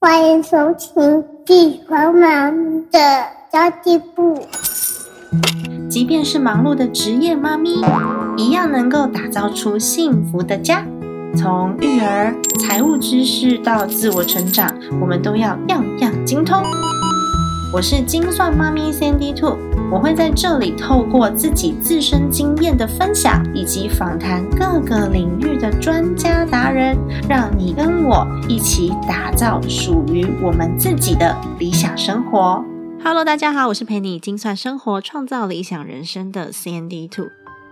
欢迎收听地狂忙的交际部。 即便是忙碌的职业妈咪，一样能够打造出幸福的家。从育儿、财务知识到自我成长，我们都要样样精通。我是精算妈咪 Sandy Two， 我会在这里透过自己自身经验的分享，以及访谈各个领域的专家达人，让你跟我一起打造属于我们自己的理想生活。Hello， 大家好，我是陪你精算生活、创造理想人生的 Sandy Two。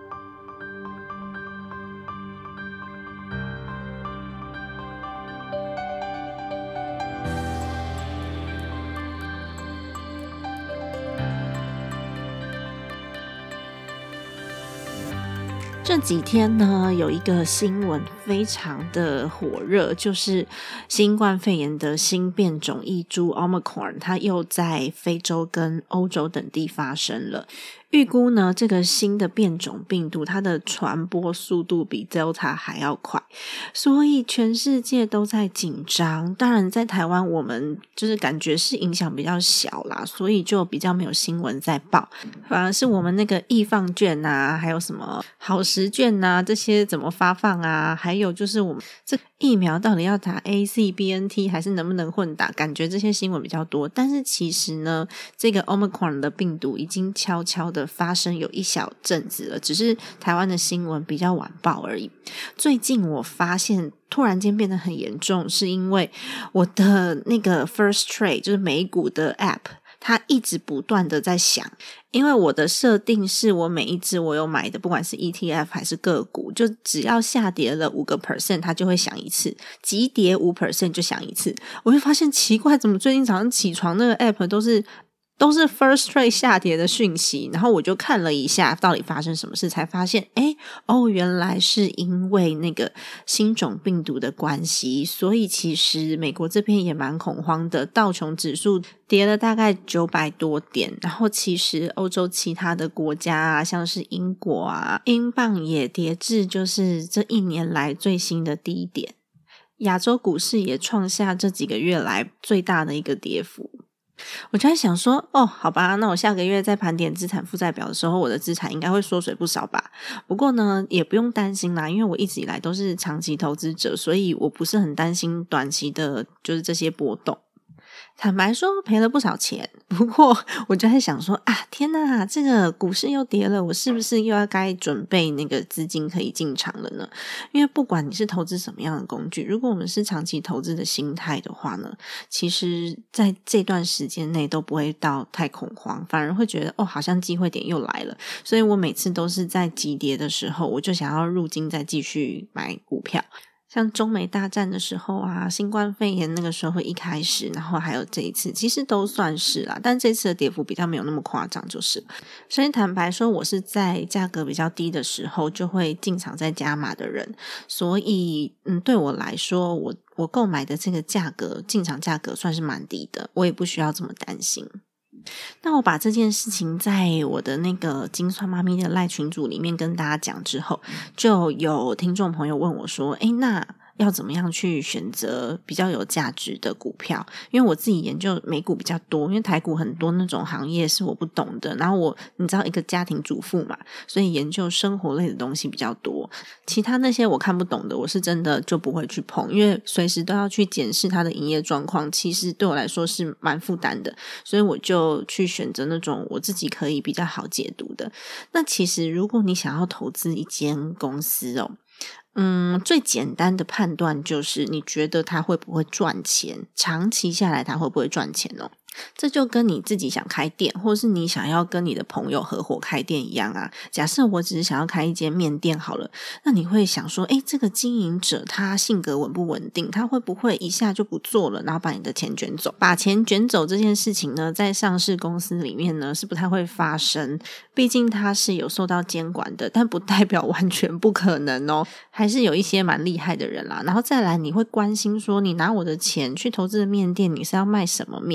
这几天呢，有一个新闻非常的火热，就是新冠肺炎的新变种异株 Omicron， 它又在非洲跟欧洲等地发生了。预估呢，这个新的变种病毒它的传播速度比 Delta 还要快，所以全世界都在紧张。当然在台湾我们就是感觉是影响比较小啦，所以就比较没有新闻在报，反而是我们那个易放券啊，还有什么好食券啊，这些怎么发放啊，还有就是我们这疫苗到底要打 AZ、BNT 还是能不能混打，感觉这些新闻比较多。但是其实呢，这个 Omicron 的病毒已经悄悄的发生有一小阵子了，只是台湾的新闻比较晚报而已。最近我发现突然间变得很严重，是因为我的那个 First Trade 就是美股的 App， 它一直不断的在响。因为我的设定是我每一只我有买的，不管是 ETF 还是个股，就只要下跌了 5% 它就会响一次，急跌 5% 就响一次。我就发现奇怪，怎么最近早上起床那个 App 都是 First Trade 下跌的讯息，然后我就看了一下到底发生什么事，才发现原来是因为那个新种病毒的关系，所以其实美国这边也蛮恐慌的，道琼指数跌了大概900多点，然后其实欧洲其他的国家啊，像是英国啊，英镑也跌至就是这一年来最新的低点，亚洲股市也创下这几个月来最大的一个跌幅。我就在想说好吧，那我下个月在盘点资产负债表的时候，我的资产应该会缩水不少吧。不过呢也不用担心啦，因为我一直以来都是长期投资者，所以我不是很担心短期的就是这些波动。坦白说赔了不少钱，不过我就在想说天哪，这个股市又跌了，我是不是又要该准备那个资金可以进场了呢？因为不管你是投资什么样的工具，如果我们是长期投资的心态的话呢，其实在这段时间内都不会到太恐慌，反而会觉得好像机会点又来了。所以我每次都是在急跌的时候，我就想要入金再继续买股票。像中美大战的时候啊，新冠肺炎那个时候一开始，然后还有这一次，其实都算是啦，但这次的跌幅比较没有那么夸张就是所以坦白说，我是在价格比较低的时候就会进场再加码的人，所以对我来说，我购买的这个价格，进场价格算是蛮低的，我也不需要这么担心。那我把这件事情在我的那个精算妈咪的赖群组里面跟大家讲之后，就有听众朋友问我说那要怎么样去选择比较有价值的股票？因为我自己研究美股比较多，因为台股很多那种行业是我不懂的，然后你知道一个家庭主妇嘛，所以研究生活类的东西比较多，其他那些我看不懂的，我是真的就不会去碰，因为随时都要去检视它的营业状况，其实对我来说是蛮负担的，所以我就去选择那种我自己可以比较好解读的。那其实如果你想要投资一间公司最简单的判断就是你觉得它会不会赚钱，长期下来它会不会赚钱这就跟你自己想开店，或是你想要跟你的朋友合伙开店一样啊。假设我只是想要开一间面店好了，那你会想说这个经营者他性格稳不稳定，他会不会一下就不做了，然后把你的钱卷走。把钱卷走这件事情呢，在上市公司里面呢是不太会发生，毕竟它是有受到监管的，但不代表完全不可能还是有一些蛮厉害的人啦。然后再来你会关心说，你拿我的钱去投资的面店，你是要卖什么面，那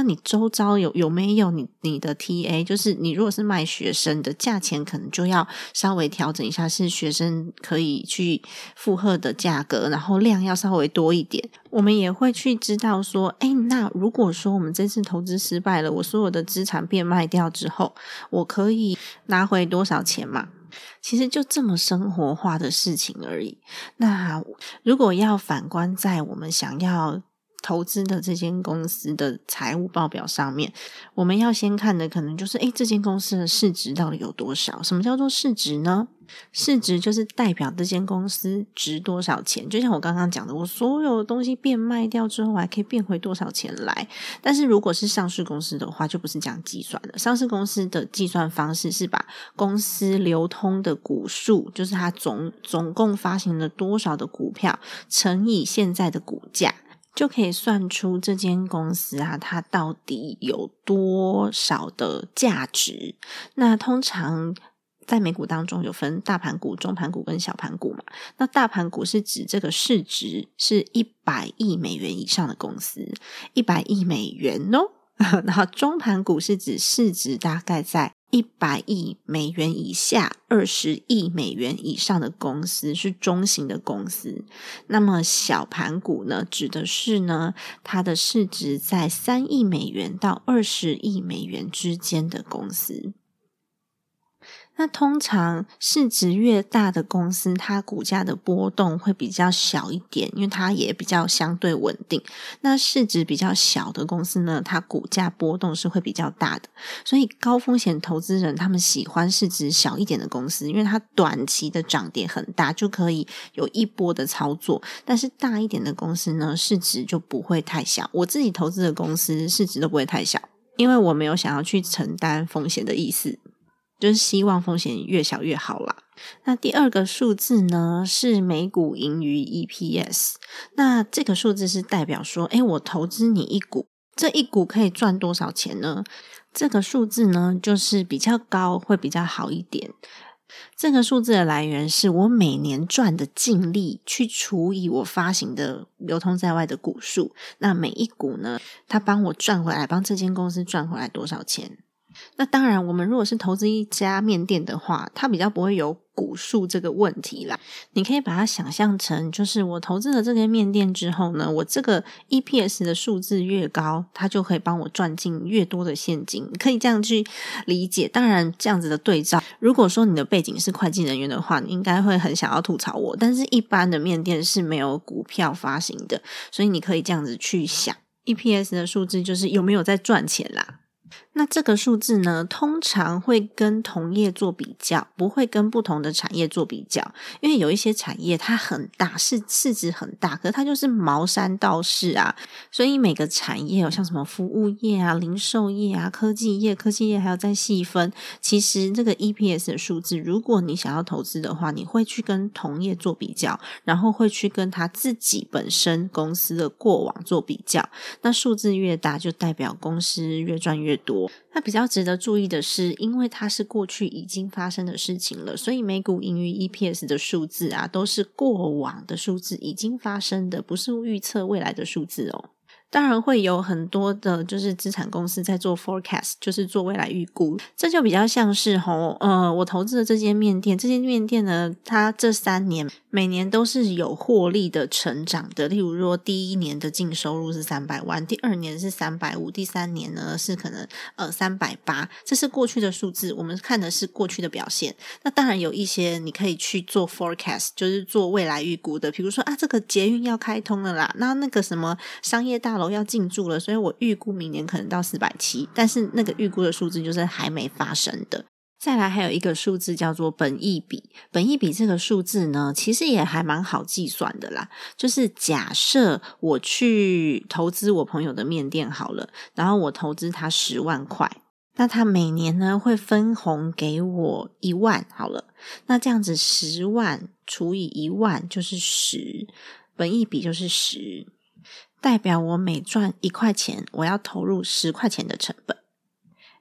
你周遭有没有你的 TA， 就是你如果是卖学生的，价钱可能就要稍微调整一下，是学生可以去负荷的价格，然后量要稍微多一点。我们也会去知道说那如果说我们这次投资失败了，我所有的资产变卖掉之后，我可以拿回多少钱嘛？其实就这么生活化的事情而已。那如果要反观在我们想要投资的这间公司的财务报表上面，我们要先看的可能就是这间公司的市值到底有多少。什么叫做市值呢？市值就是代表这间公司值多少钱，就像我刚刚讲的，我所有的东西变卖掉之后，我还可以变回多少钱来。但是如果是上市公司的话，就不是这样计算的。上市公司的计算方式是把公司流通的股数，就是它总共发行了多少的股票，乘以现在的股价，就可以算出这间公司啊，它到底有多少的价值。那通常在美股当中有分大盘股、中盘股跟小盘股嘛。那大盘股是指这个市值是100亿美元以上的公司，100亿美元哦。然后中盘股是指市值大概在100亿美元以下20亿美元以上的公司，是中型的公司。那么小盘股呢，指的是呢它的市值在3亿美元到20亿美元之间的公司。那通常市值越大的公司，它股价的波动会比较小一点，因为它也比较相对稳定。那市值比较小的公司呢，它股价波动是会比较大的。所以高风险投资人他们喜欢市值小一点的公司，因为它短期的涨跌很大，就可以有一波的操作。但是大一点的公司呢，市值就不会太小。我自己投资的公司市值都不会太小，因为我没有想要去承担风险的意思，就是希望风险越小越好啦。那第二个数字呢，是每股盈余 EPS。 那这个数字是代表说我投资你一股，这一股可以赚多少钱呢？这个数字呢，就是比较高，会比较好一点。这个数字的来源是我每年赚的净利去除以我发行的流通在外的股数，那每一股呢，它帮我赚回来，帮这间公司赚回来多少钱。那当然我们如果是投资一家面店的话，它比较不会有股数这个问题啦。你可以把它想象成，就是我投资了这间面店之后呢，我这个 EPS 的数字越高，它就可以帮我赚进越多的现金，可以这样去理解。当然这样子的对照，如果说你的背景是会计人员的话，你应该会很想要吐槽我，但是一般的面店是没有股票发行的，所以你可以这样子去想， EPS 的数字就是有没有在赚钱啦。那这个数字呢，通常会跟同业做比较，不会跟不同的产业做比较。因为有一些产业它很大，市值很大，可是它就是茅山道士啊。所以每个产业像什么服务业啊、零售业啊、科技业还要再细分。其实这个 EPS 的数字，如果你想要投资的话，你会去跟同业做比较，然后会去跟他自己本身公司的过往做比较。那数字越大，就代表公司越赚越多。那比较值得注意的是，因为它是过去已经发生的事情了，所以每股盈余 EPS 的数字啊，都是过往的数字，已经发生的，不是预测未来的数字哦。当然会有很多的就是资产公司在做 forecast， 就是做未来预估。这就比较像是我投资的这间面店，这间面店呢，它这3年每年都是有获利的成长的。例如说第1年的净收入是300万，第2年是350，第3年呢是可能380，这是过去的数字，我们看的是过去的表现。那当然有一些你可以去做 forecast， 就是做未来预估的，比如说这个捷运要开通了啦，那个什么商业大楼要进驻了，所以我预估明年可能到470，但是那个预估的数字就是还没发生的。再来还有一个数字叫做本益比，本益比这个数字呢，其实也还蛮好计算的啦。就是假设我去投资我朋友的面店好了，然后我投资他10万块，那他每年呢会分红给我1万好了，那这样子10万除以1万就是10，本益比就是10，代表我每赚1块钱，我要投入10块钱的成本。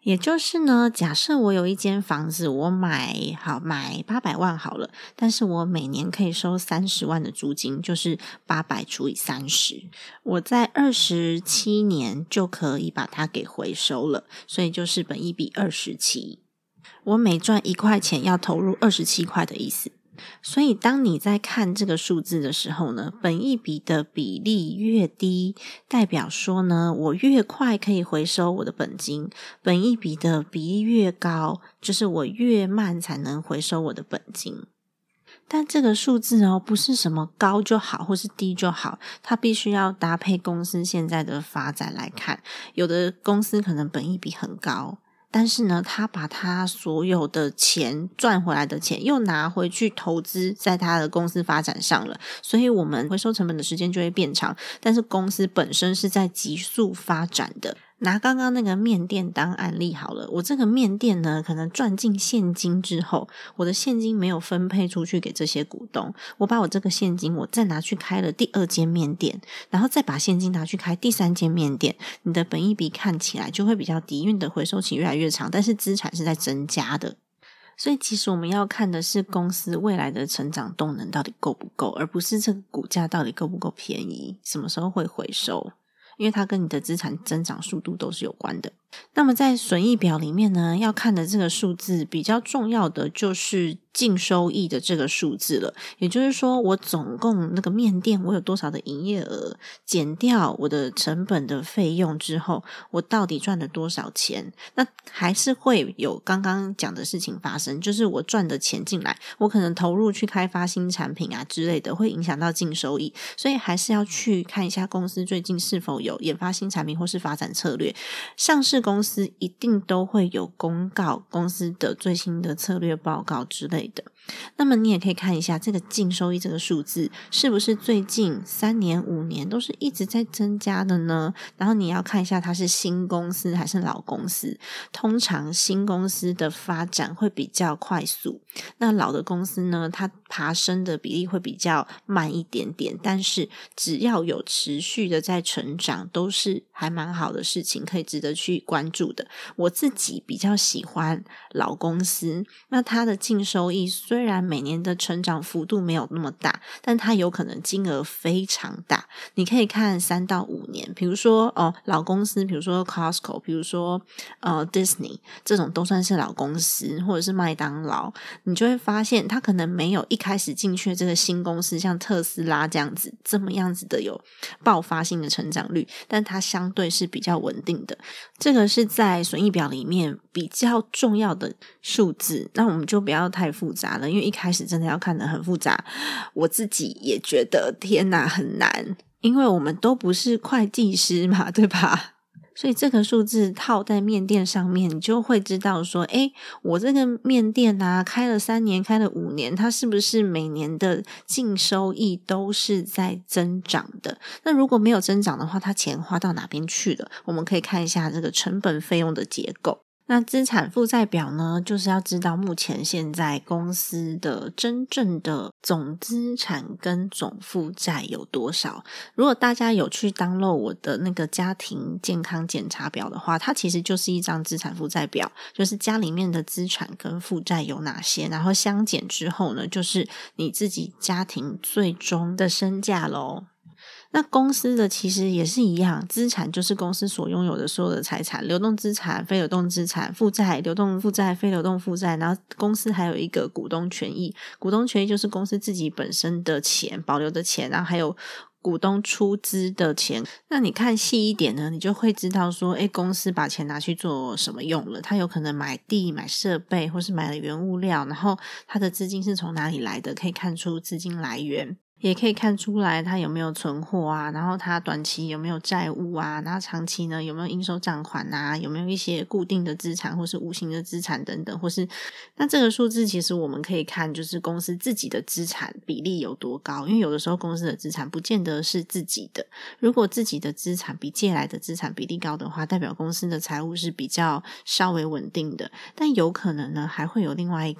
也就是呢，假设我有一间房子，我买800万好了，但是我每年可以收30万的租金，就是800除以30，我在27年就可以把它给回收了，所以就是本益比27，我每赚1块钱要投入27块的意思。所以当你在看这个数字的时候呢，本益比的比例越低，代表说呢，我越快可以回收我的本金，本益比的比例越高，就是我越慢才能回收我的本金。但这个数字不是什么高就好或是低就好，它必须要搭配公司现在的发展来看。有的公司可能本益比很高，但是呢，他把他所有的钱赚回来的钱又拿回去投资在他的公司发展上了，所以我们回收成本的时间就会变长，但是公司本身是在急速发展的。拿刚刚那个面店当案例好了，我这个面店呢，可能赚进现金之后，我的现金没有分配出去给这些股东，我把我这个现金我再拿去开了第2间面店，然后再把现金拿去开第3间面店，你的本益比看起来就会比较低，因为你的回收期越来越长，但是资产是在增加的。所以其实我们要看的是公司未来的成长动能到底够不够，而不是这个股价到底够不够便宜，什么时候会回收，因为它跟你的资产增长速度都是有关的。那么在损益表里面呢，要看的这个数字比较重要的就是净收益的这个数字了，也就是说我总共那个面店我有多少的营业额，减掉我的成本的费用之后，我到底赚了多少钱。那还是会有刚刚讲的事情发生，就是我赚的钱进来，我可能投入去开发新产品啊之类的，会影响到净收益，所以还是要去看一下公司最近是否有研发新产品或是发展策略。上市公司一定都会有公告公司的最新的策略报告之类的，那么你也可以看一下这个净收益这个数字是不是最近3年5年都是一直在增加的呢？然后你要看一下它是新公司还是老公司，通常新公司的发展会比较快速，那老的公司呢，它爬升的比例会比较慢一点点，但是只要有持续的在成长，都是还蛮好的事情，可以值得去关注的。我自己比较喜欢老公司，那它的净收益虽然每年的成长幅度没有那么大，但它有可能金额非常大。你可以看3到5年，比如说老公司，比如说 Costco， 比如说Disney， 这种都算是老公司，或者是麦当劳，你就会发现它可能没有一开始进去的这个新公司像特斯拉这样子这么样子的有爆发性的成长率，但它相对是比较稳定的。这个是在损益表里面比较重要的数字，那我们就不要太复杂了，因为一开始真的要看得很复杂，我自己也觉得天哪很难，因为我们都不是会计师嘛，对吧？所以这个数字套在面店上面，你就会知道说，我这个面店啊，开了3年，开了5年，它是不是每年的净收益都是在增长的？那如果没有增长的话，它钱花到哪边去了？我们可以看一下这个成本费用的结构。那资产负债表呢，就是要知道目前现在公司的真正的总资产跟总负债有多少。如果大家有去 download 我的那个家庭健康检查表的话，它其实就是一张资产负债表，就是家里面的资产跟负债有哪些，然后相减之后呢，就是你自己家庭最终的身价咯。那公司的其实也是一样，资产就是公司所拥有的所有的财产，流动资产、非流动资产，负债、流动负债、非流动负债，然后公司还有一个股东权益，股东权益就是公司自己本身的钱，保留的钱，然后还有股东出资的钱。那你看细一点呢，你就会知道说公司把钱拿去做什么用了，他有可能买地、买设备，或是买了原物料，然后他的资金是从哪里来的，可以看出资金来源，也可以看出来他有没有存货啊，然后他短期有没有债务啊，然后长期呢有没有应收账款啊，有没有一些固定的资产或是无形的资产等等，或是那这个数字其实我们可以看就是公司自己的资产比例有多高，因为有的时候公司的资产不见得是自己的，如果自己的资产比借来的资产比例高的话，代表公司的财务是比较稍微稳定的，但有可能呢还会有另外一个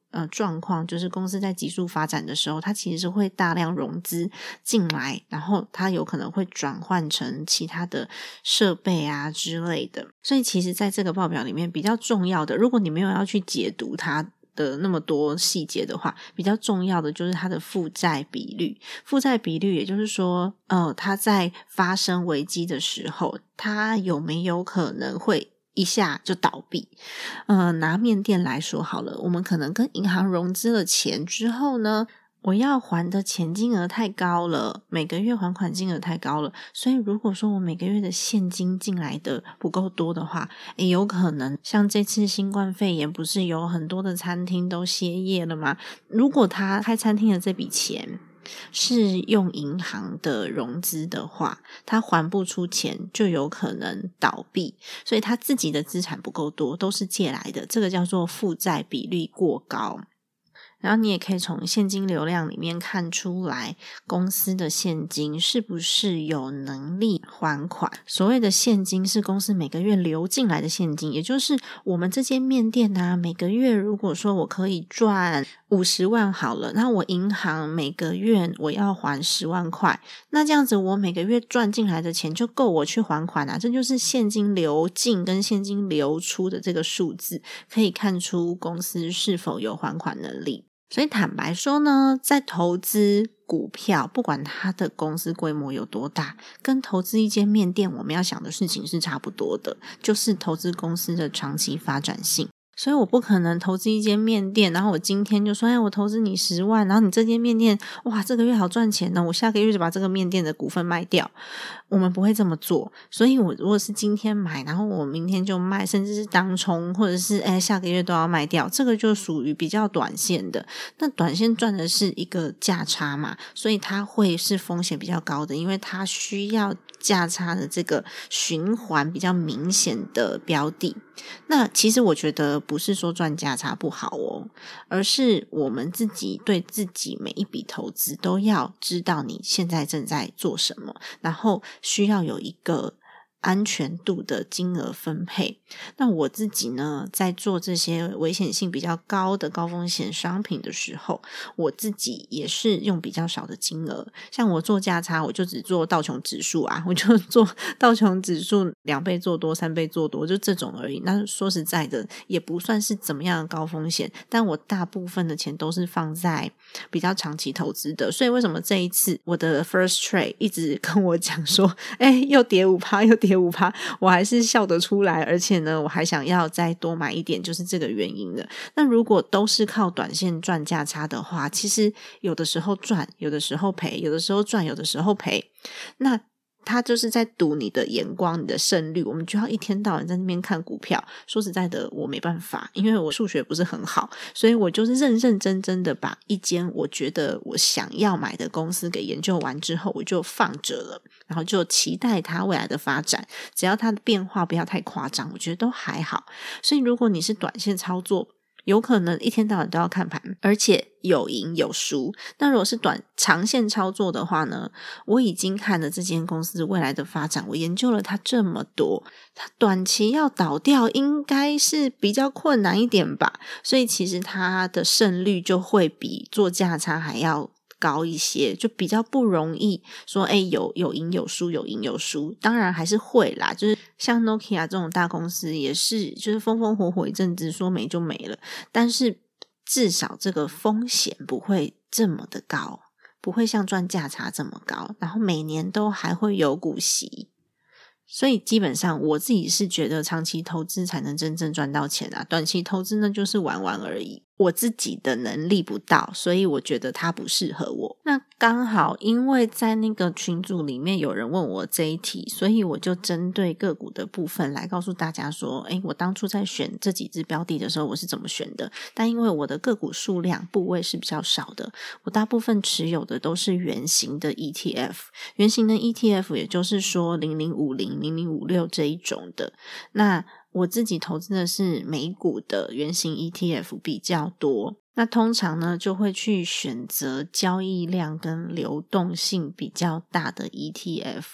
状况，就是公司在急速发展的时候，它其实是会大量融资进来，然后它有可能会转换成其他的设备啊之类的。所以其实在这个报表里面比较重要的，如果你没有要去解读它的那么多细节的话，比较重要的就是它的负债比率。负债比率也就是说它在发生危机的时候，它有没有可能会一下就倒闭。拿面店来说好了，我们可能跟银行融资了钱之后呢，我要还的钱金额太高了，每个月还款金额太高了，所以如果说我每个月的现金进来的不够多的话，有可能像这次新冠肺炎不是有很多的餐厅都歇业了吗？如果他开餐厅的这笔钱是用银行的融资的话，他还不出钱就有可能倒闭，所以他自己的资产不够多，都是借来的，这个叫做负债比率过高。然后你也可以从现金流量里面看出来公司的现金是不是有能力还款。所谓的现金是公司每个月流进来的现金，也就是我们这间面店啊，每个月如果说我可以赚50万好了，那我银行每个月我要还10万块，那这样子我每个月赚进来的钱就够我去还款啊，这就是现金流进跟现金流出的这个数字，可以看出公司是否有还款能力。所以坦白说呢，在投资股票，不管它的公司规模有多大，跟投资一间面店我们要想的事情是差不多的，就是投资公司的长期发展性。所以我不可能投资一间面店，然后我今天就说我投资你10万，然后你这间面店哇这个月好赚钱呢，我下个月就把这个面店的股份卖掉。我们不会这么做。所以我如果是今天买，然后我明天就卖，甚至是当冲，或者是下个月都要卖掉，这个就属于比较短线的。那短线赚的是一个价差嘛，所以它会是风险比较高的，因为它需要价差的这个循环比较明显的标的。那其实我觉得不是说赚价差不好哦，而是我们自己对自己每一笔投资都要知道你现在正在做什么，然后需要有一个安全度的金额分配。那我自己呢，在做这些危险性比较高的高风险商品的时候，我自己也是用比较少的金额。像我做价差，我就只做道琼指数啊，我就做道琼指数2倍做多3倍做多，就这种而已。那说实在的也不算是怎么样的高风险，但我大部分的钱都是放在比较长期投资的。所以为什么这一次我的 first trade 一直跟我讲说又跌 5% 又跌 5%， 我还是笑得出来，而且呢我还想要再多买一点，就是这个原因的。那如果都是靠短线赚价差的话，其实有的时候赚，有的时候赔，有的时候赚，有的时候赔，那他就是在赌你的眼光，你的胜率。我们就要一天到晚在那边看股票，说实在的我没办法，因为我数学不是很好，所以我就是认认真真的把一间我觉得我想要买的公司给研究完之后，我就放着了，然后就期待它未来的发展，只要它的变化不要太夸张，我觉得都还好。所以如果你是短线操作，有可能一天到晚都要看盘，而且有赢有输。那如果是长线操作的话呢，我已经看了这间公司未来的发展，我研究了它这么多，它短期要倒掉应该是比较困难一点吧，所以其实它的胜率就会比做价差还要高一些，就比较不容易说有赢有输有赢有输。当然还是会啦，就是像 Nokia 这种大公司也是就是风风火火一阵子，说没就没了，但是至少这个风险不会这么的高，不会像赚价差这么高，然后每年都还会有股息。所以基本上我自己是觉得长期投资才能真正赚到钱啊，短期投资呢就是玩玩而已。我自己的能力不到，所以我觉得它不适合我。那刚好因为在那个群组里面有人问我这一题，所以我就针对个股的部分来告诉大家说我当初在选这几只标的的时候我是怎么选的。但因为我的个股数量部位是比较少的，我大部分持有的都是圆形的 ETF。 圆形的 ETF 也就是说0050 0056这一种的。那我自己投资的是美股的原型 ETF 比较多，那通常呢就会去选择交易量跟流动性比较大的 ETF。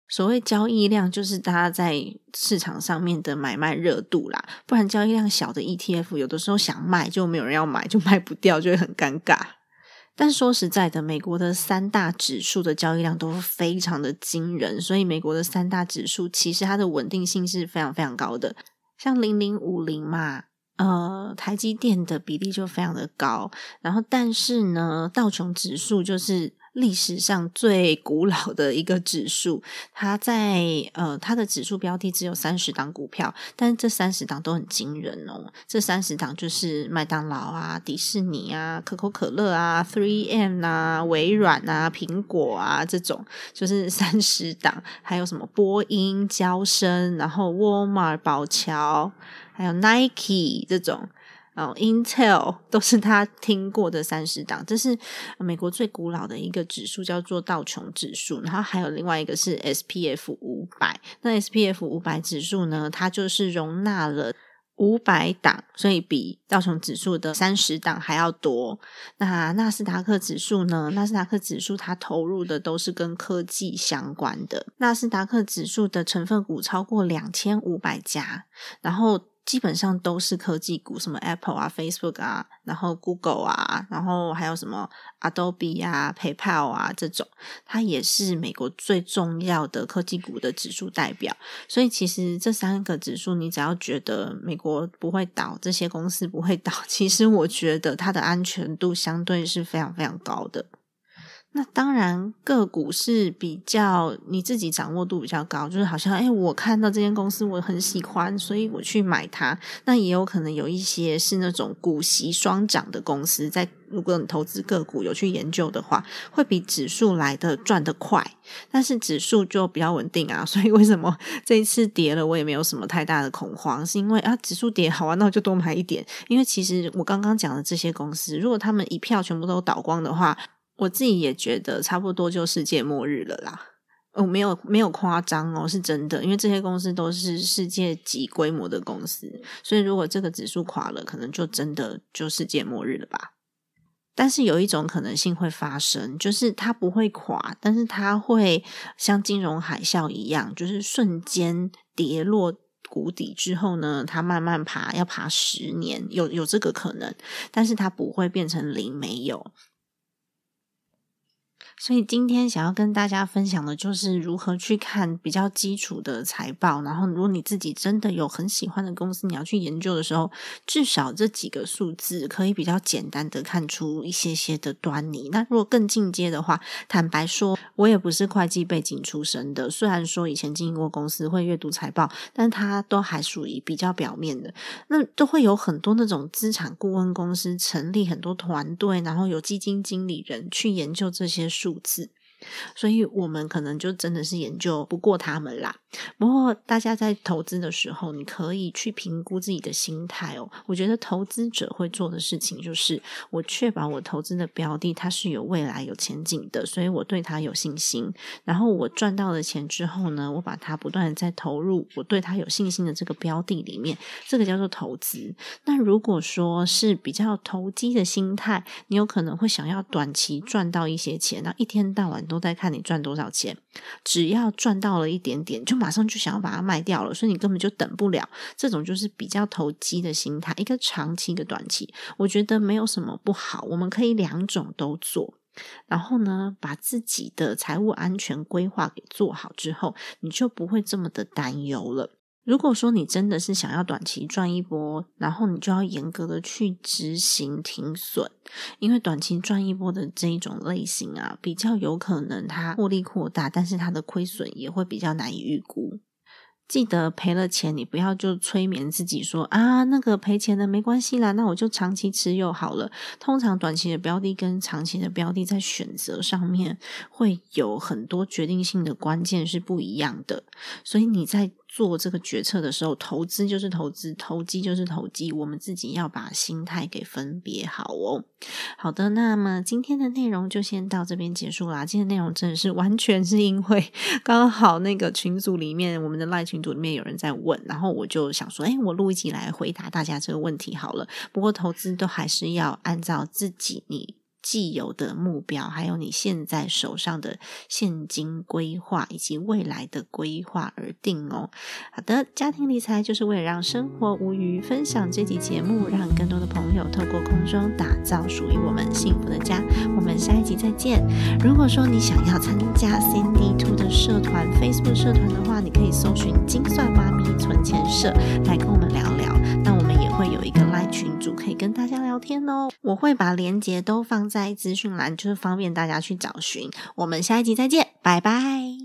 所谓交易量就是大家在市场上面的买卖热度啦，不然交易量小的 ETF 有的时候想卖就没有人要买，就卖不掉，就会很尴尬。但说实在的，美国的三大指数的交易量都非常的惊人，所以美国的三大指数其实它的稳定性是非常非常高的。像0050嘛，台积电的比例就非常的高，然后但是呢，道琼指数就是历史上最古老的一个指数，它的指数标的只有30档股票，但是这30档都很惊人哦。这30档就是麦当劳啊、迪士尼啊、可口可乐啊、3M 啊、微软啊、苹果啊，这种就是30档，还有什么波音、交生，然后沃尔玛、宝乔，还有 Nike 这种。Intel 都是他听过的30档，这是美国最古老的一个指数，叫做道琼指数。然后还有另外一个是 SPF 500，那 SPF 500指数呢，它就是容纳了500档，所以比道琼指数的30档还要多。那纳斯达克指数呢？纳斯达克指数它投入的都是跟科技相关的。纳斯达克指数的成分股超过2500家，然后基本上都是科技股，什么 Apple 啊、Facebook 啊，然后 Google 啊，然后还有什么 Adobe 啊、PayPal 啊这种，它也是美国最重要的科技股的指数代表。所以其实这3个指数，你只要觉得美国不会倒，这些公司不会倒，其实我觉得它的安全度相对是非常非常高的。那当然个股是比较你自己掌握度比较高，就是好像我看到这间公司我很喜欢，所以我去买它。那也有可能有一些是那种股息双涨的公司，如果你投资个股有去研究的话，会比指数来的赚得快，但是指数就比较稳定啊。所以为什么这一次跌了我也没有什么太大的恐慌，是因为指数跌好啊，那我就多买一点。因为其实我刚刚讲的这些公司，如果他们一票全部都倒光的话，我自己也觉得差不多就世界末日了啦。没有夸张哦，是真的，因为这些公司都是世界级规模的公司，所以如果这个指数垮了，可能就真的就世界末日了吧。但是有一种可能性会发生，就是它不会垮，但是它会像金融海啸一样，就是瞬间跌落谷底之后呢，它慢慢爬，要爬10年，有这个可能，但是它不会变成零，没有。所以今天想要跟大家分享的就是如何去看比较基础的财报，然后如果你自己真的有很喜欢的公司，你要去研究的时候，至少这几个数字可以比较简单的看出一些的端倪。那如果更进阶的话，坦白说我也不是会计背景出身的，虽然说以前经营过公司会阅读财报，但它都还属于比较表面的。那都会有很多那种资产顾问公司成立很多团队，然后有基金经理人去研究这些数字，所以我们可能就真的是研究不过他们啦。不过大家在投资的时候，你可以去评估自己的心态哦。我觉得投资者会做的事情就是我确保我投资的标的它是有未来有前景的，所以我对它有信心，然后我赚到了钱之后呢，我把它不断的再投入我对它有信心的这个标的里面，这个叫做投资。那如果说是比较投机的心态，你有可能会想要短期赚到一些钱，那一天到晚都在看你赚多少钱，只要赚到了一点点就马上就想要把它卖掉了，所以你根本就等不了。这种就是比较投机的心态，一个长期一个短期，我觉得没有什么不好，我们可以2种都做。然后呢，把自己的财务安全规划给做好之后，你就不会这么的担忧了。如果说你真的是想要短期赚一波，然后你就要严格的去执行停损，因为短期赚一波的这一种类型啊，比较有可能它获利扩大，但是它的亏损也会比较难以预估。记得赔了钱你不要就催眠自己说那个赔钱的没关系啦，那我就长期持有好了。通常短期的标的跟长期的标的在选择上面会有很多决定性的关键是不一样的，所以你在做这个决策的时候，投资就是投资，投机就是投机，我们自己要把心态给分别好哦。好的，那么今天的内容就先到这边结束啦。今天的内容真的是完全是因为刚好那个群组里面，我们的 LINE 群组里面有人在问，然后我就想说我录一集来回答大家这个问题好了。不过投资都还是要按照自己你既有的目标，还有你现在手上的现金规划以及未来的规划而定哦。好的，家庭理财就是为了让生活无虞，分享这集节目，让更多的朋友透过空中打造属于我们幸福的家。我们下一集再见。如果说你想要参加 Sandy2 的社团 Facebook 社团的话，你可以搜寻精算妈咪存钱社来跟我们聊聊，那我们也会有一个 LINE 群组可以跟大家聊天哦。我会把连结都放在资讯栏，就是方便大家去找寻。我们下一集再见，拜拜。